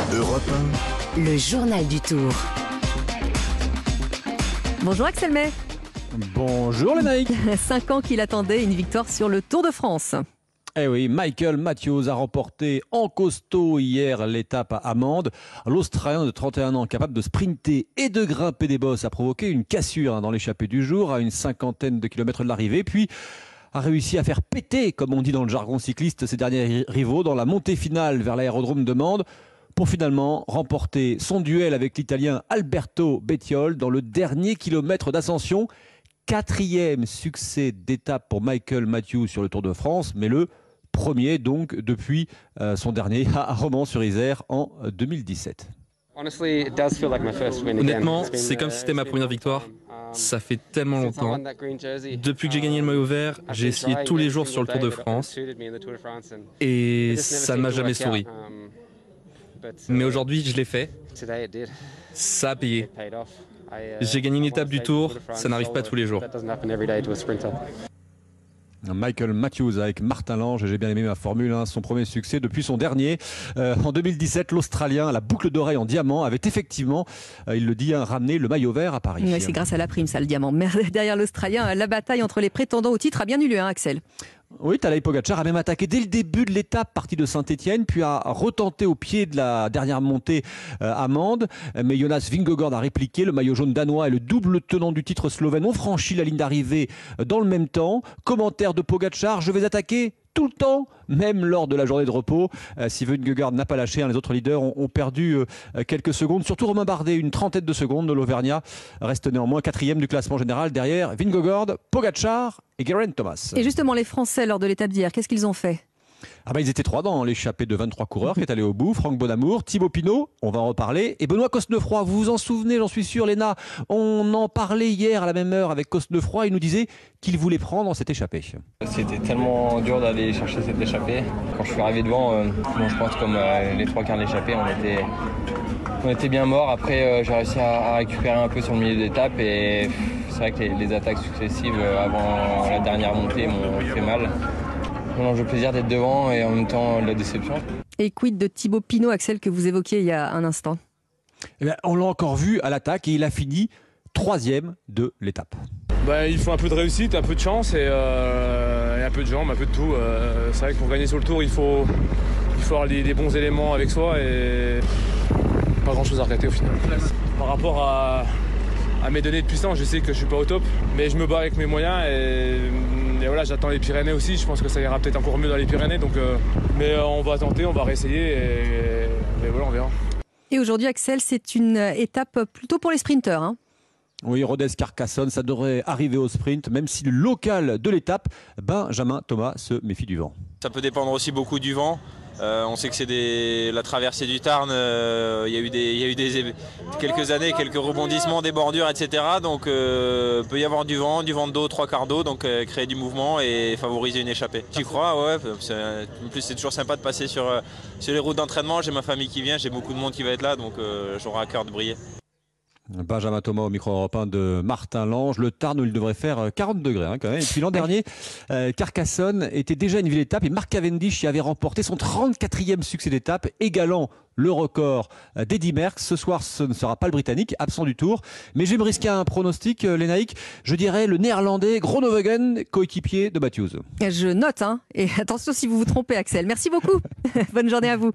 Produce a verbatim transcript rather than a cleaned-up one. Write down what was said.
Europe un. Le journal du Tour. Bonjour Axel May. Bonjour les Nike. Cinq ans qu'il attendait une victoire sur le Tour de France. Eh oui, Michael Matthews a remporté en costaud hier l'étape à Amande. L'Australien de trente et un ans, capable de sprinter et de grimper des bosses, a provoqué une cassure dans l'échappée du jour à une cinquantaine de kilomètres de l'arrivée, puis a réussi à faire péter, comme on dit dans le jargon cycliste, ses derniers rivaux dans la montée finale vers l'aérodrome de Mende, pour finalement remporter son duel avec l'Italien Alberto Bettiol dans le dernier kilomètre d'ascension. Quatrième succès d'étape pour Michael Matthews sur le Tour de France, mais le premier donc depuis euh, son dernier à Romans-sur-Isère en deux mille dix-sept. Honnêtement, c'est comme si c'était ma première victoire. Ça fait tellement longtemps. Depuis que j'ai gagné le maillot vert, j'ai essayé tous les jours sur le Tour de France et ça ne m'a jamais souri. Mais aujourd'hui, je l'ai fait. Ça a payé. J'ai gagné une étape du Tour, ça n'arrive pas tous les jours. Michael Matthews avec Martin Lange, j'ai bien aimé ma Formule un, son premier succès depuis son dernier. Euh, en deux mille dix-sept, l'Australien, la boucle d'oreille en diamant, avait effectivement, euh, il le dit, hein, ramené le maillot vert à Paris. Oui, c'est grâce à la prime, ça, le diamant. Mais derrière l'Australien, la bataille entre les prétendants au titre a bien eu lieu, hein, Axel. Oui, Tadej Pogačar a même attaqué dès le début de l'étape, parti de Saint-Etienne, puis a retenté au pied de la dernière montée euh, à Mende. Mais Jonas Vingegaard a répliqué. Le maillot jaune danois et le double tenant du titre slovène ont franchi la ligne d'arrivée dans le même temps. Commentaire de Pogačar: je vais attaquer tout le temps, même lors de la journée de repos. Euh, si Vingegaard n'a pas lâché, hein, les autres leaders ont, ont perdu euh, quelques secondes. Surtout Romain Bardet, une trentaine de secondes de l'Auvergnat, reste néanmoins quatrième du classement général derrière Vingegaard, Pogačar et Geraint Thomas. Et justement, les Français, lors de l'étape d'hier, qu'est-ce qu'ils ont fait ? Ah bah ils étaient trois dans l'échappée de vingt-trois coureurs qui est allé au bout. Franck Bonamour, Thibaut Pinot, on va en reparler, et Benoît Cosnefroy. Vous vous en souvenez, j'en suis sûr, Léna. On en parlait hier à la même heure avec Cosnefroy. Il nous disait qu'il voulait prendre cette échappée. C'était tellement dur d'aller chercher cette échappée. Quand je suis arrivé devant, euh, bon, je pense comme euh, les trois quarts de l'échappée, on était, on était bien morts. Après, euh, j'ai réussi à, à récupérer un peu sur le milieu d'étape, et c'est vrai que les, les attaques successives euh, avant la dernière montée m'ont fait mal. Non, j'ai le plaisir d'être devant et en même temps la déception. Et quid de Thibaut Pinot, Axel, que vous évoquiez il y a un instant ? Eh bien, on l'a encore vu à l'attaque et il a fini troisième de l'étape. Bah, il faut un peu de réussite, un peu de chance et, euh, et un peu de jambes, un peu de tout. Euh, c'est vrai que pour gagner sur le Tour, il faut, il faut avoir les, les bons éléments avec soi et pas grand chose à regretter au final. Par rapport à, à mes données de puissance, je sais que je suis pas au top, mais je me bats avec mes moyens et, et voilà, j'attends les Pyrénées aussi. Je pense que ça ira peut-être encore mieux dans les Pyrénées, donc, euh, mais euh, on va tenter, on va réessayer et, et voilà, on verra. Et aujourd'hui, Axel, c'est une étape plutôt pour les sprinteurs, hein. Oui, Rodez-Carcassonne, ça devrait arriver au sprint, même si le local de l'étape, Benjamin Thomas, se méfie du vent. Ça peut dépendre aussi beaucoup du vent. Euh, on sait que c'est des... la traversée du Tarn, euh, il y a eu, des... il y a eu des... quelques années, quelques rebondissements, des bordures, et cetera. Donc il euh, peut y avoir du vent, du vent de dos, trois quarts d'eau, donc euh, créer du mouvement et favoriser une échappée. Tu crois? Ouais, en plus c'est toujours sympa de passer sur, euh, sur les routes d'entraînement. J'ai ma famille qui vient, j'ai beaucoup de monde qui va être là, donc euh, j'aurai à cœur de briller. Benjamin Thomas au micro européen de Martin Lange. Le Tarn où il devrait faire quarante degrés hein, quand même. Et puis l'an dernier, euh, Carcassonne était déjà une ville étape et Mark Cavendish y avait remporté son trente-quatrième succès d'étape, égalant le record d'Eddy Merckx. Ce soir, ce ne sera pas le Britannique, absent du Tour. Mais je vais me risquer un pronostic, les Naïcs. Je dirais le Néerlandais Groenewegen, coéquipier de Matthews. Je note, hein. Et attention si vous vous trompez, Axel. Merci beaucoup. Bonne journée à vous.